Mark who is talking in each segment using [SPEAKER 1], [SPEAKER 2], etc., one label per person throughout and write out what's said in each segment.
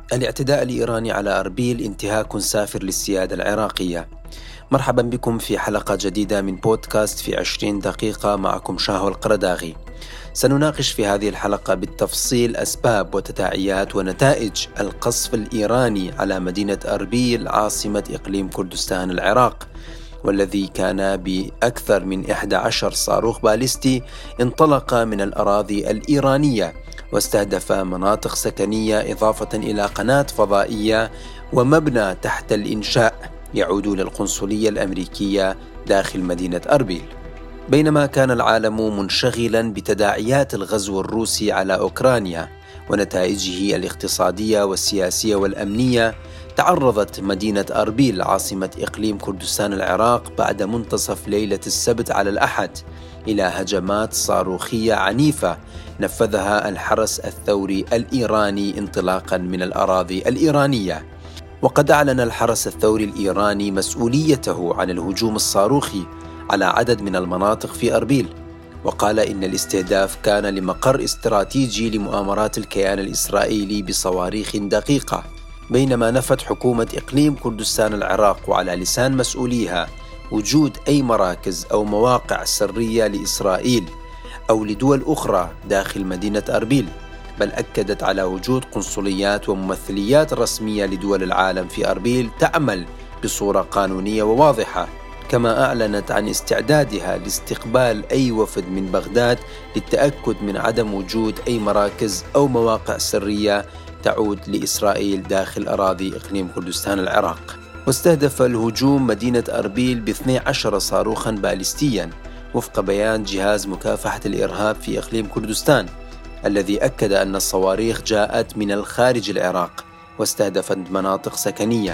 [SPEAKER 1] الاعتداء الإيراني على أربيل انتهاك سافر للسيادة العراقية. مرحبا بكم في حلقة جديدة من بودكاست في 20 دقيقة، معكم شاهو القرداغي. سنناقش في هذه الحلقة بالتفصيل أسباب وتداعيات ونتائج القصف الإيراني على مدينة أربيل عاصمة إقليم كردستان العراق، والذي كان بأكثر من 11 صاروخ باليستي انطلق من الأراضي الإيرانية واستهدف مناطق سكنية إضافة إلى قناة فضائية ومبنى تحت الإنشاء يعود للقنصلية الأمريكية داخل مدينة أربيل. بينما كان العالم منشغلا بتداعيات الغزو الروسي على أوكرانيا ونتائجه الاقتصادية والسياسية والأمنية، تعرضت مدينة أربيل عاصمة إقليم كردستان العراق بعد منتصف ليلة السبت على الأحد إلى هجمات صاروخية عنيفة نفذها الحرس الثوري الإيراني انطلاقا من الأراضي الإيرانية. وقد أعلن الحرس الثوري الإيراني مسؤوليته عن الهجوم الصاروخي على عدد من المناطق في أربيل، وقال إن الاستهداف كان لمقر استراتيجي لمؤامرات الكيان الإسرائيلي بصواريخ دقيقة. بينما نفت حكومة إقليم كردستان العراق وعلى لسان مسؤوليها وجود أي مراكز أو مواقع سرية لإسرائيل أو لدول أخرى داخل مدينة أربيل، بل أكدت على وجود قنصليات وممثليات رسمية لدول العالم في أربيل تعمل بصورة قانونية وواضحة، كما أعلنت عن استعدادها لاستقبال أي وفد من بغداد للتأكد من عدم وجود أي مراكز أو مواقع سرية تعود لإسرائيل داخل أراضي إقليم كردستان العراق. واستهدف الهجوم مدينة أربيل ب12 صاروخا باليستيا وفق بيان جهاز مكافحة الإرهاب في إقليم كردستان، الذي أكد أن الصواريخ جاءت من الخارج العراق واستهدفت مناطق سكنية.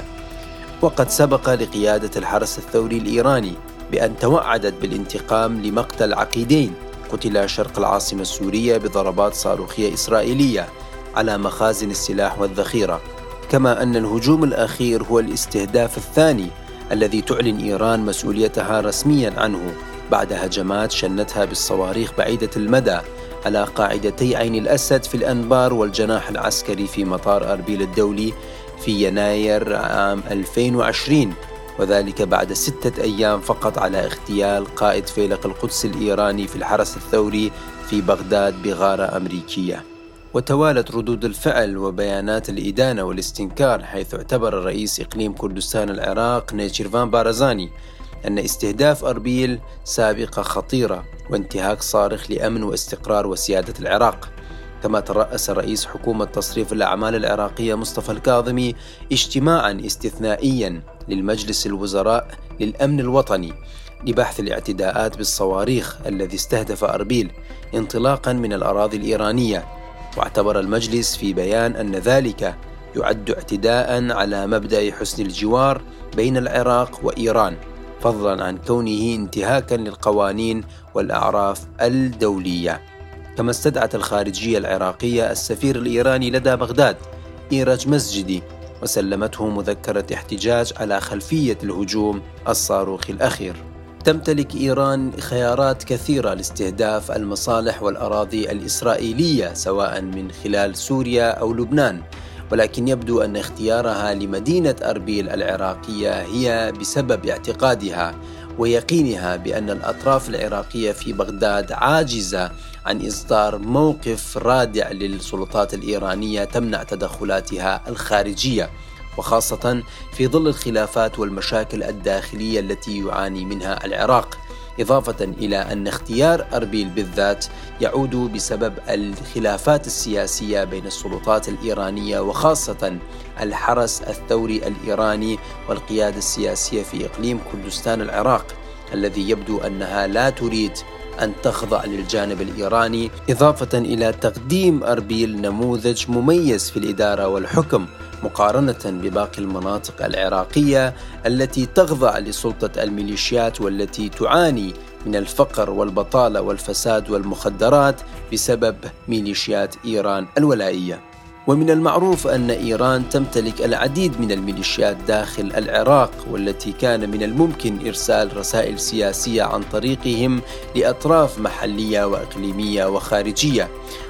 [SPEAKER 1] وقد سبق لقيادة الحرس الثوري الإيراني بأن توعدت بالانتقام لمقتل عقيدين قتلا شرق العاصمة السورية بضربات صاروخية إسرائيلية على مخازن السلاح والذخيرة. كما أن الهجوم الأخير هو الاستهداف الثاني الذي تعلن إيران مسؤوليتها رسميا عنه بعد هجمات شنتها بالصواريخ بعيدة المدى على قاعدتي عين الأسد في الأنبار والجناح العسكري في مطار أربيل الدولي في يناير عام 2020، وذلك بعد 6 أيام فقط على اغتيال قائد فيلق القدس الإيراني في الحرس الثوري في بغداد بغارة أمريكية. وتوالت ردود الفعل وبيانات الإدانة والاستنكار، حيث اعتبر رئيس إقليم كردستان العراق نيتشيرفان بارزاني أن استهداف أربيل سابقة خطيرة وانتهاك صارخ لأمن واستقرار وسيادة العراق. كما ترأس رئيس حكومة تصريف الأعمال العراقية مصطفى الكاظمي اجتماعا استثنائيا للمجلس الوزراء للأمن الوطني لبحث الاعتداءات بالصواريخ الذي استهدف أربيل انطلاقا من الأراضي الإيرانية. واعتبر المجلس في بيان أن ذلك يعد اعتداء على مبدأ حسن الجوار بين العراق وإيران، فضلا عن كونه انتهاكا للقوانين والأعراف الدولية. كما استدعت الخارجية العراقية السفير الإيراني لدى بغداد إيرج مسجدي وسلمته مذكرة احتجاج على خلفية الهجوم الصاروخي الأخير. تمتلك إيران خيارات كثيرة لاستهداف المصالح والأراضي الإسرائيلية سواء من خلال سوريا أو لبنان، ولكن يبدو أن اختيارها لمدينة أربيل العراقية هي بسبب اعتقادها ويقينها بأن الأطراف العراقية في بغداد عاجزة عن إصدار موقف رادع للسلطات الإيرانية تمنع تدخلاتها الخارجية، وخاصة في ظل الخلافات والمشاكل الداخلية التي يعاني منها العراق، إضافة إلى أن اختيار أربيل بالذات يعود بسبب الخلافات السياسية بين السلطات الإيرانية وخاصة الحرس الثوري الإيراني والقيادة السياسية في إقليم كردستان العراق، الذي يبدو أنها لا تريد أن تخضع للجانب الإيراني، إضافة إلى تقديم أربيل نموذج مميز في الإدارة والحكم مقارنة بباقي المناطق العراقية التي تخضع لسلطة الميليشيات والتي تعاني من الفقر والبطالة والفساد والمخدرات بسبب ميليشيات إيران الولائية. ومن المعروف أن إيران تمتلك العديد من الميليشيات داخل العراق، والتي كان من الممكن إرسال رسائل سياسية عن طريقهم لأطراف محلية وإقليمية وخارجية.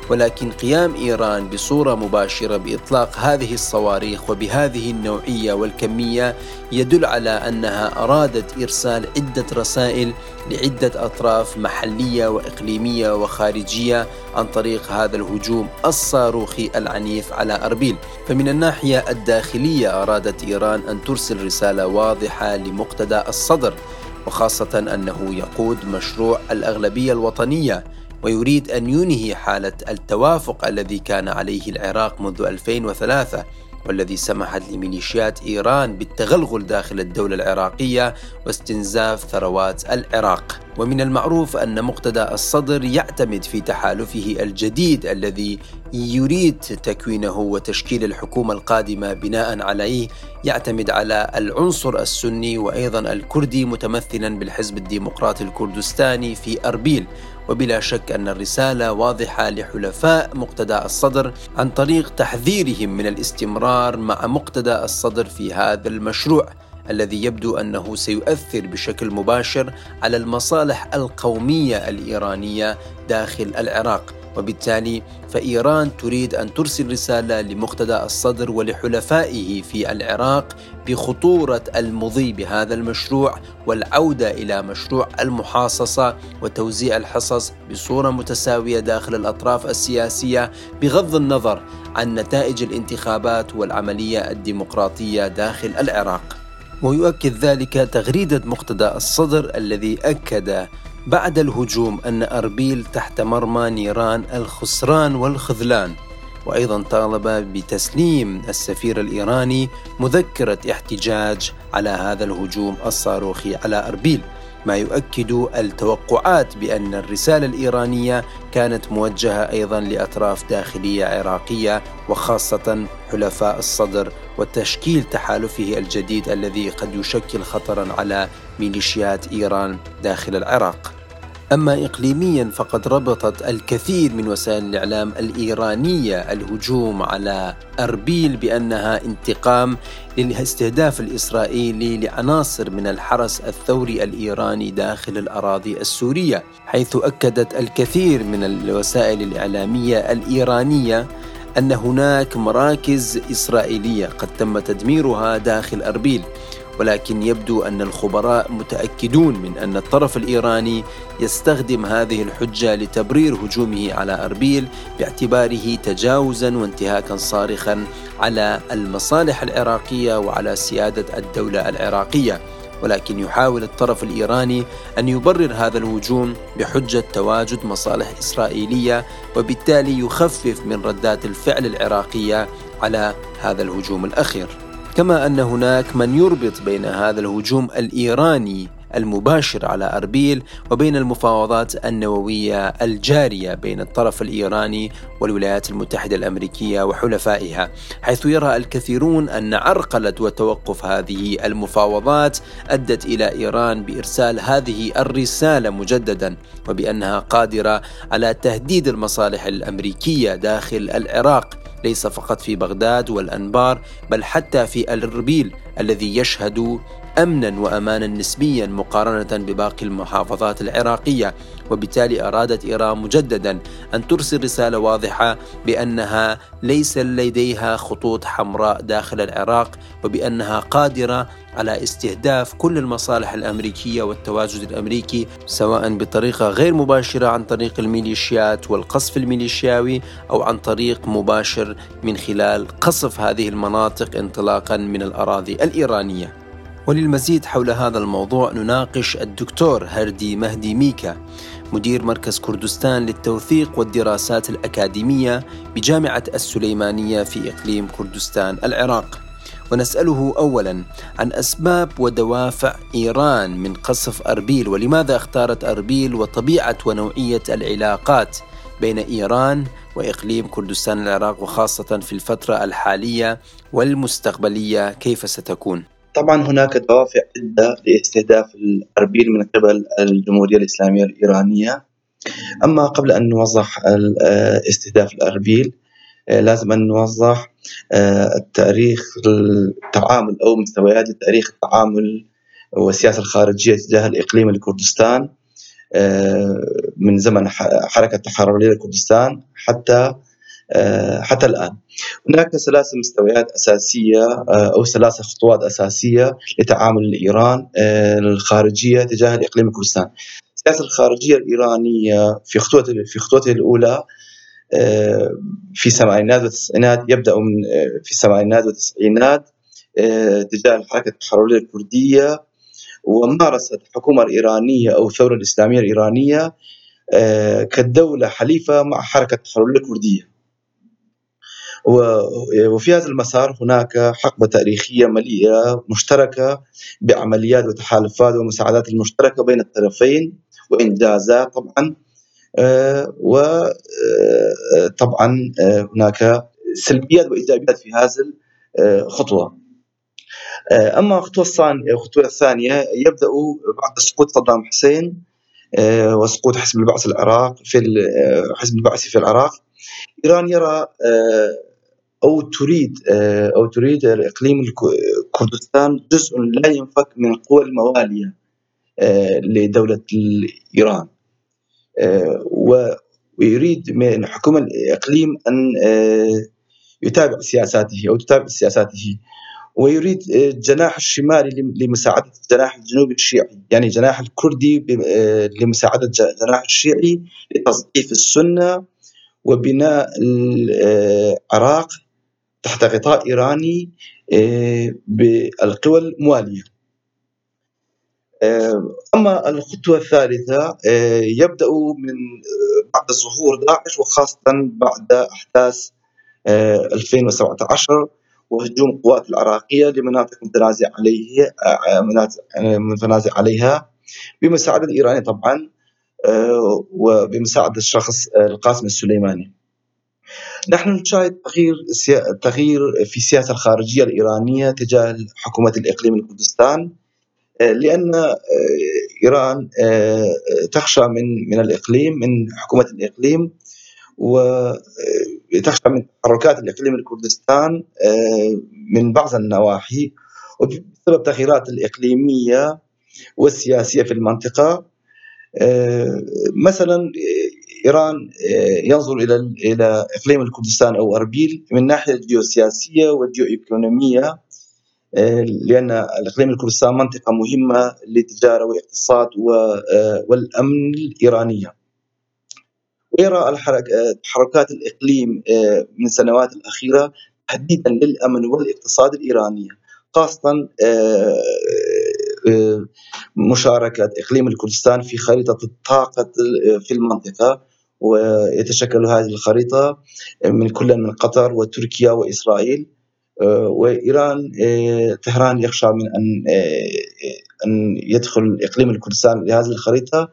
[SPEAKER 1] ولكن قيام إيران بصورة مباشرة بإطلاق هذه الصواريخ وبهذه النوعية والكمية يدل على أنها أرادت إرسال عدة رسائل لعدة أطراف محلية وإقليمية وخارجية عن طريق هذا الهجوم الصاروخي العنيف على أربيل. فمن الناحية الداخلية أرادت إيران أن ترسل رسالة واضحة لمقتدى الصدر، وخاصة أنه يقود مشروع الأغلبية الوطنية ويريد أن ينهي حالة التوافق الذي كان عليه العراق منذ 2003، والذي سمحت لميليشيات إيران بالتغلغل داخل الدولة العراقية واستنزاف ثروات العراق. ومن المعروف أن مقتدى الصدر يعتمد في تحالفه الجديد الذي يريد تكوينه وتشكيل الحكومة القادمة بناء عليه، يعتمد على العنصر السني وأيضا الكردي متمثلا بالحزب الديمقراطي الكردستاني في أربيل. وبلا شك أن الرسالة واضحة لحلفاء مقتدى الصدر عن طريق تحذيرهم من الاستمرار مع مقتدى الصدر في هذا المشروع الذي يبدو أنه سيؤثر بشكل مباشر على المصالح القومية الإيرانية داخل العراق. وبالتالي فإيران تريد أن ترسل رسالة لمقتدى الصدر ولحلفائه في العراق بخطورة المضي بهذا المشروع والعودة إلى مشروع المحاصصة وتوزيع الحصص بصورة متساوية داخل الأطراف السياسية بغض النظر عن نتائج الانتخابات والعملية الديمقراطية داخل العراق. ويؤكد ذلك تغريدة مقتدى الصدر الذي أكد بعد الهجوم أن أربيل تحت مرمى نيران الخسران والخذلان، وأيضا طالب بتسليم السفير الإيراني مذكرة احتجاج على هذا الهجوم الصاروخي على أربيل، ما يؤكد التوقعات بأن الرسالة الإيرانية كانت موجهة أيضا لأطراف داخلية عراقية وخاصة حلفاء الصدر وتشكيل تحالفه الجديد الذي قد يشكل خطرا على ميليشيات إيران داخل العراق. أما إقليميا فقد ربطت الكثير من وسائل الإعلام الإيرانية الهجوم على أربيل بأنها انتقام للاستهداف الإسرائيلي لعناصر من الحرس الثوري الإيراني داخل الأراضي السورية، حيث أكدت الكثير من الوسائل الإعلامية الإيرانية أن هناك مراكز إسرائيلية قد تم تدميرها داخل أربيل. ولكن يبدو أن الخبراء متأكدون من أن الطرف الإيراني يستخدم هذه الحجة لتبرير هجومه على أربيل باعتباره تجاوزا وانتهاكا صارخا على المصالح العراقية وعلى سيادة الدولة العراقية. ولكن يحاول الطرف الإيراني أن يبرر هذا الهجوم بحجة تواجد مصالح إسرائيلية، وبالتالي يخفف من ردات الفعل العراقية على هذا الهجوم الأخير. كما أن هناك من يربط بين هذا الهجوم الإيراني المباشر على أربيل وبين المفاوضات النووية الجارية بين الطرف الإيراني والولايات المتحدة الأمريكية وحلفائها، حيث يرى الكثيرون أن عرقلة وتوقف هذه المفاوضات أدت إلى إيران بإرسال هذه الرسالة مجددا، وبأنها قادرة على تهديد المصالح الأمريكية داخل العراق، ليس فقط في بغداد والأنبار بل حتى في أربيل الذي يشهد أمنا وأمانا نسبيا مقارنة بباقي المحافظات العراقية. وبالتالي أرادت إيران مجددا أن ترسل رسالة واضحة بأنها ليس لديها خطوط حمراء داخل العراق، وبأنها قادرة على استهداف كل المصالح الأمريكية والتواجد الأمريكي، سواء بطريقة غير مباشرة عن طريق الميليشيات والقصف الميليشياوي أو عن طريق مباشر من خلال قصف هذه المناطق انطلاقا من الأراضي الإيرانية. وللمزيد حول هذا الموضوع نناقش الدكتور هردي مهدي ميكا، مدير مركز كردستان للتوثيق والدراسات الأكاديمية بجامعة السليمانية في إقليم كردستان العراق، ونسأله أولا عن أسباب ودوافع إيران من قصف أربيل، ولماذا اختارت أربيل، وطبيعة ونوعية العلاقات بين إيران وإقليم كردستان العراق، وخاصة في الفترة الحالية والمستقبلية كيف ستكون؟
[SPEAKER 2] طبعا هناك دوافع عدة لاستهداف أربيل من قبل الجمهورية الإسلامية الإيرانية. أما قبل أن نوضح استهداف الأربيل لازم أن نوضح التاريخ التعامل أو مستويات تاريخ التعامل والسياسة الخارجية تجاه الإقليم الكردستان من زمن حركة تحرر كردستان حتى الآن. هناك 3 مستويات أساسية أو 3 خطوات أساسية لتعامل إيران الخارجية تجاه الإقليم كردستان. السياسة الخارجية الإيرانية في خطوته الأولى في الثمانينات والتسعينات، يبدأ من في الثمانينات والتسعينات تجاه الحركة التحررية الكردية، ومارست الحكومة الإيرانية أو الثورة الإسلامية الإيرانية كدولة حليفة مع حركة التحررية الكردية. وفي هذا المسار هناك حقبة تاريخية مليئة مشتركة بعمليات وتحالفات ومساعدات المشتركة بين الطرفين وإنجازات طبعا، وطبعا هناك سلبيات وإيجابيات في هذه الخطوة. أما الخطوة الثانية يبدأ بعد سقوط صدام حسين وسقوط حزب البعث في العراق. إيران يرى أو تريد الإقليم كردستان جزء لا ينفك من القوى الموالية لدولة إيران، ويريد من حكومة الإقليم أن يتابع سياساته ويريد الجناح الشمالي لمساعدة الجناح الجنوبي الشيعي، يعني جناح الكردي لمساعدة الجناح الشيعي لتضعيف السنة وبناء العراق تحت غطاء إيراني بالقوى الموالية. أما الخطوة الثالثة يبدأ من بعد ظهور داعش، وخاصة بعد أحداث 2017 وهجوم القوات العراقية لمناطق متنازع عليها بمساعدة إيرانية طبعا، وبمساعدة الشخص القاسم السليماني. نحن نشاهد تغيير في السياسة الخارجية الإيرانية تجاه حكومة الإقليم الكردستان، لأن إيران تخشى من الإقليم، من حكومة الإقليم، وتخشى من تحركات الإقليم الكردستان من بعض النواحي، وبسبب التغييرات الإقليمية والسياسية في المنطقة. مثلا إيران ينظر إلى إقليم الكردستان أو أربيل من الناحية الجيوسياسية والجيوإيكونومية، لأن الإقليم الكردستان منطقة مهمة للتجارة والاقتصاد والأمن الإيرانية. ويرى تحركات الإقليم من السنوات الأخيرة تهديدا للأمن والاقتصاد الإيرانية، خاصة مشاركة إقليم الكردستان في خريطة الطاقة في المنطقة، ويتشكل هذه الخريطة من كل من قطر وتركيا وإسرائيل. وإيران طهران يخشى من أن يدخل إقليم الكردستان لهذه الخريطة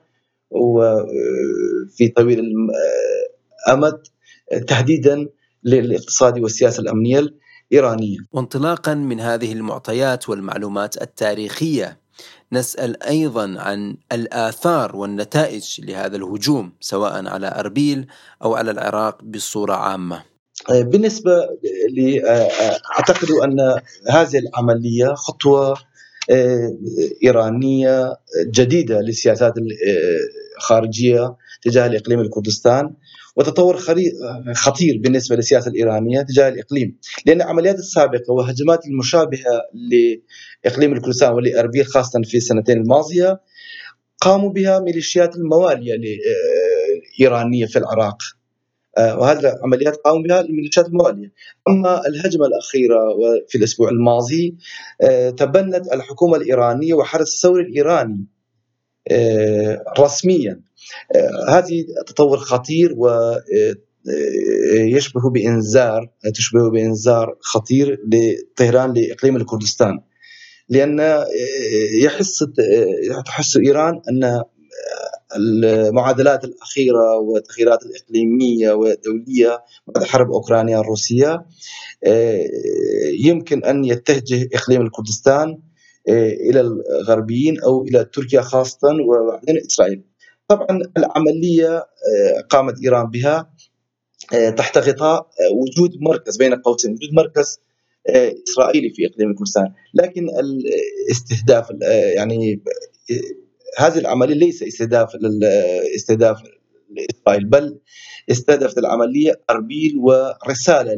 [SPEAKER 2] وفي طويل الأمد تهديدا للاقتصاد والسياسة الأمنية الإيرانية.
[SPEAKER 1] وانطلاقا من هذه المعطيات والمعلومات التاريخية، نسأل أيضا عن الآثار والنتائج لهذا الهجوم سواء على أربيل أو على العراق بصورة عامة.
[SPEAKER 2] بالنسبة لي أعتقد أن هذه العملية خطوة إيرانية جديدة للسياسات الخارجية تجاه الإقليم الكردستان، وتطور خطير بالنسبة للسياسة الإيرانية تجاه الإقليم، لأن العمليات السابقة وهجمات المشابهة لإقليم الكردستان ولأربيل خاصة في السنتين الماضية قاموا بها ميليشيات الموالية الإيرانية في العراق، وهذه العمليات قاموا بها الميليشيات الموالية. أما الهجمة الأخيرة في الأسبوع الماضي تبنت الحكومة الإيرانية وحرس الثوري الإيراني رسميا. هذه تطور خطير ويشبه بإنذار خطير لطهران لإقليم الكردستان، لأن تحس إيران أن المعادلات الأخيرة والتغييرات الإقليمية والدولية بعد حرب أوكرانيا الروسية يمكن أن يتجه إقليم الكردستان إلى الغربيين أو إلى تركيا خاصة وبعدين إسرائيل. طبعا العملية قامت إيران بها تحت غطاء وجود مركز بين قوسين، وجود مركز إسرائيلي في إقليم الكردستان، لكن الاستهداف يعني هذه العملية ليس استهداف لإسرائيل، بل استهدفت العملية أربيل ورسالة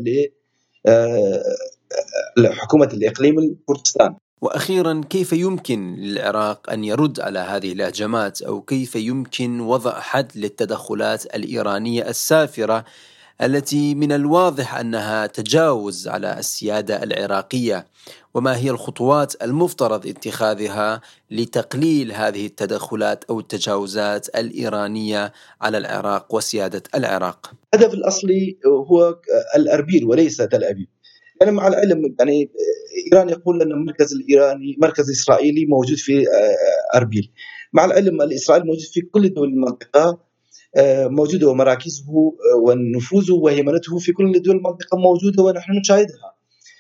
[SPEAKER 2] لحكومة الإقليم الكردستان.
[SPEAKER 1] وأخيرا، كيف يمكن للعراق أن يرد على هذه الهجمات، أو كيف يمكن وضع حد للتدخلات الإيرانية السافرة التي من الواضح أنها تجاوز على السيادة العراقية؟ وما هي الخطوات المفترض اتخاذها لتقليل هذه التدخلات أو التجاوزات الإيرانية على العراق وسيادة العراق؟
[SPEAKER 2] الهدف الأصلي هو الأربيل وليس تل أبيب. يعني مع العلم، يعني إيران يقول أن مركز إسرائيلي موجود في أربيل. مع العلم الإسرائيلي موجود في كل دول المنطقة، موجودة، ومراكزه ونفوذه وهيمنته في كل دول المنطقة موجودة ونحن نشاهدها.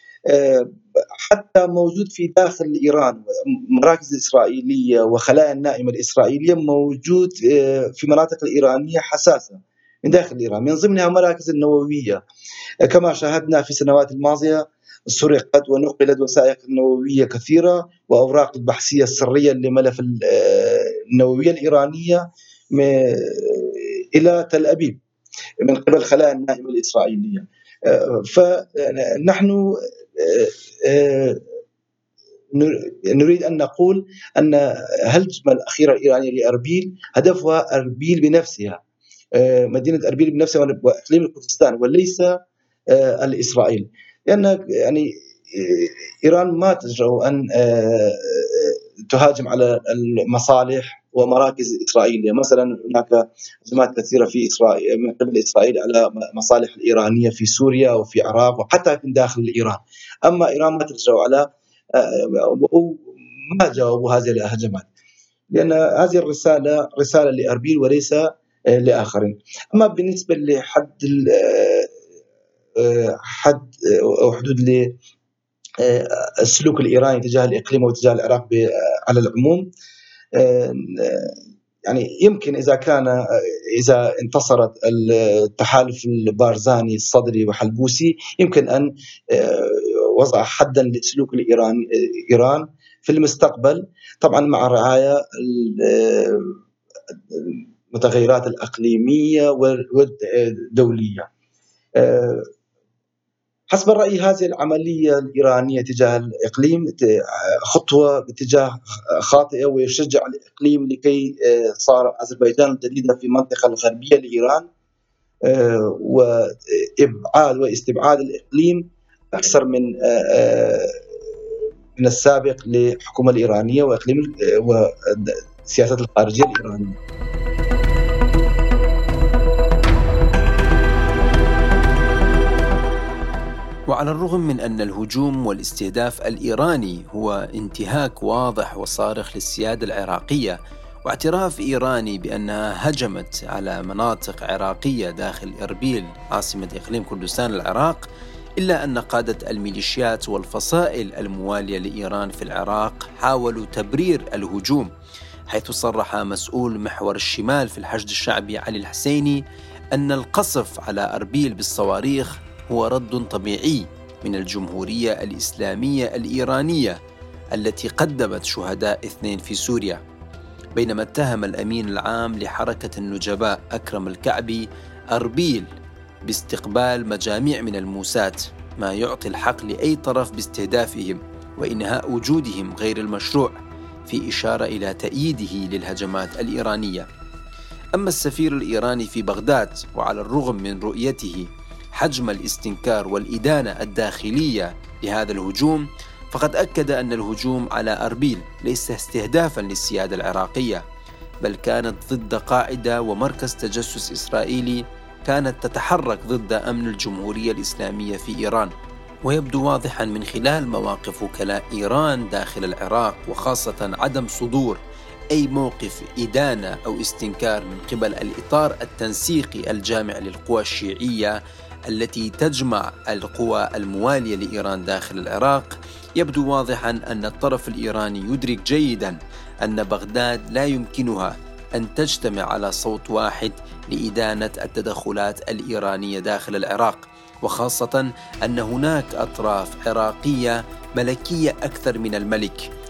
[SPEAKER 2] حتى موجود في داخل إيران مراكز إسرائيلية وخلايا النائمة الإسرائيلية موجود في مناطق الإيرانية حساسة من داخل إيران، من ضمنها مراكز النووية. كما شاهدنا في السنوات الماضية سرقت ونقلت وثائق نووية كثيرة وأوراق البحثية السرية لملف النووية الإيرانية إلى تل أبيب من قبل خلايا النائمة الإسرائيلية. فنحن نريد أن نقول أن الهجمة الأخيرة الإيرانية لأربيل هدفها أربيل بنفسها، مدينة أربيل بنفسها وإقليم الكردستان، وليس الإسرائيل. لأن يعني إيران ما تجرؤ أن تهاجم على المصالح ومراكز إسرائيلية. مثلا هناك هجمات كثيرة في إسرائيل من قبل إسرائيل على مصالح الإيرانية في سوريا وفي العراق وحتى في داخل إيران. أما إيران ما تجرؤ على ما جاوبوا هذه الهجمات، لأن هذه الرسالة رسالة لأربيل وليس لآخرين. أما بالنسبة لحد أو حدود السلوك الإيراني تجاه الإقليم وتجاه العراق على العموم، يعني يمكن إذا انتصرت التحالف البارزاني الصدري وحلبوسي يمكن أن وضع حدا لسلوك إيران في المستقبل، طبعا مع رعاية المتغيرات الإقليمية والدولية. حسب الرأي هذه العملية الإيرانية تجاه الإقليم خطوة باتجاه خاطئة، ويشجع الإقليم لكي صار أذربيجان الجديدة في المنطقة الغربية لإيران، وإبعاد واستبعاد الإقليم أكثر من السابق للحكومة الإيرانية وإقليم والسياسة الخارجية الإيرانية.
[SPEAKER 1] وعلى الرغم من أن الهجوم والاستهداف الإيراني هو انتهاك واضح وصارخ للسيادة العراقية، واعتراف إيراني بأنها هجمت على مناطق عراقية داخل إربيل عاصمة إقليم كردستان العراق، إلا أن قادة الميليشيات والفصائل الموالية لإيران في العراق حاولوا تبرير الهجوم، حيث صرح مسؤول محور الشمال في الحشد الشعبي علي الحسيني أن القصف على أربيل بالصواريخ هو رد طبيعي من الجمهورية الإسلامية الإيرانية التي قدمت شهداء 2 في سوريا. بينما اتهم الأمين العام لحركة النجباء أكرم الكعبي أربيل باستقبال مجاميع من الموساد، ما يعطي الحق لأي طرف باستهدافهم وإنهاء وجودهم غير المشروع، في إشارة إلى تأييده للهجمات الإيرانية. أما السفير الإيراني في بغداد، وعلى الرغم من رؤيته حجم الاستنكار والإدانة الداخلية لهذا الهجوم، فقد أكد أن الهجوم على أربيل ليس استهدافاً للسيادة العراقية، بل كانت ضد قاعدة ومركز تجسس إسرائيلي كانت تتحرك ضد أمن الجمهورية الإسلامية في إيران. ويبدو واضحاً من خلال مواقف وكلاء إيران داخل العراق، وخاصة عدم صدور أي موقف إدانة أو استنكار من قبل الإطار التنسيقي الجامع للقوى الشيعية التي تجمع القوى الموالية لإيران داخل العراق، يبدو واضحاً أن الطرف الإيراني يدرك جيداً أن بغداد لا يمكنها أن تجتمع على صوت واحد لإدانة التدخلات الإيرانية داخل العراق، وخاصة أن هناك أطراف عراقية ملكية أكثر من الملك،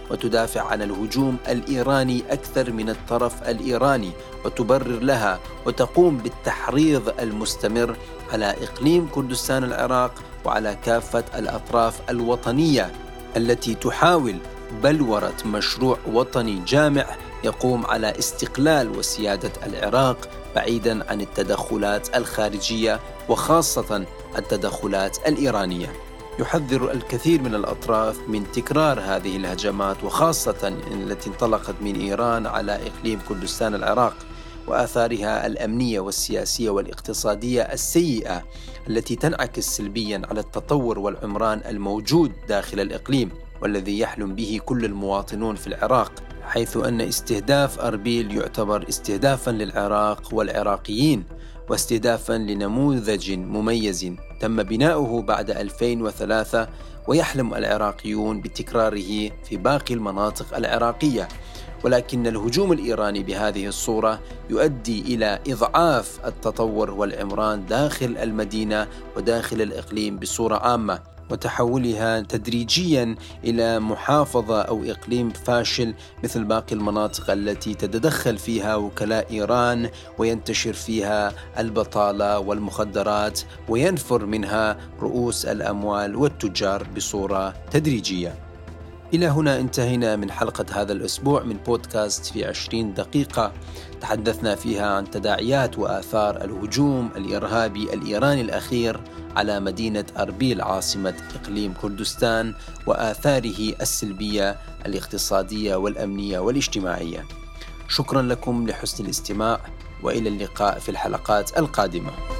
[SPEAKER 1] وتدافع عن الهجوم الإيراني أكثر من الطرف الإيراني، وتبرر لها وتقوم بالتحريض المستمر على إقليم كردستان العراق وعلى كافة الأطراف الوطنية التي تحاول بلورة مشروع وطني جامع يقوم على استقلال وسيادة العراق بعيداً عن التدخلات الخارجية وخاصة التدخلات الإيرانية. يحذر الكثير من الأطراف من تكرار هذه الهجمات، وخاصة التي انطلقت من إيران على إقليم كردستان العراق وآثارها الأمنية والسياسية والاقتصادية السيئة التي تنعكس سلبياً على التطور والعمران الموجود داخل الإقليم والذي يحلم به كل المواطنون في العراق، حيث أن استهداف أربيل يعتبر استهدافاً للعراق والعراقيين واستهدافاً لنموذج مميز تم بناؤه بعد 2003 ويحلم العراقيون بتكراره في باقي المناطق العراقية. ولكن الهجوم الإيراني بهذه الصورة يؤدي إلى إضعاف التطور والعمران داخل المدينة وداخل الإقليم بصورة عامة، وتحولها تدريجيا إلى محافظة أو إقليم فاشل مثل باقي المناطق التي تتدخل فيها وكلاء إيران وينتشر فيها البطالة والمخدرات وينفر منها رؤوس الأموال والتجار بصورة تدريجية. إلى هنا انتهينا من حلقة هذا الأسبوع من بودكاست في 20 دقيقة، تحدثنا فيها عن تداعيات وآثار الهجوم الإرهابي الإيراني الأخير على مدينة أربيل عاصمة إقليم كردستان وآثاره السلبية الاقتصادية والأمنية والاجتماعية. شكرا لكم لحسن الاستماع، وإلى اللقاء في الحلقات القادمة.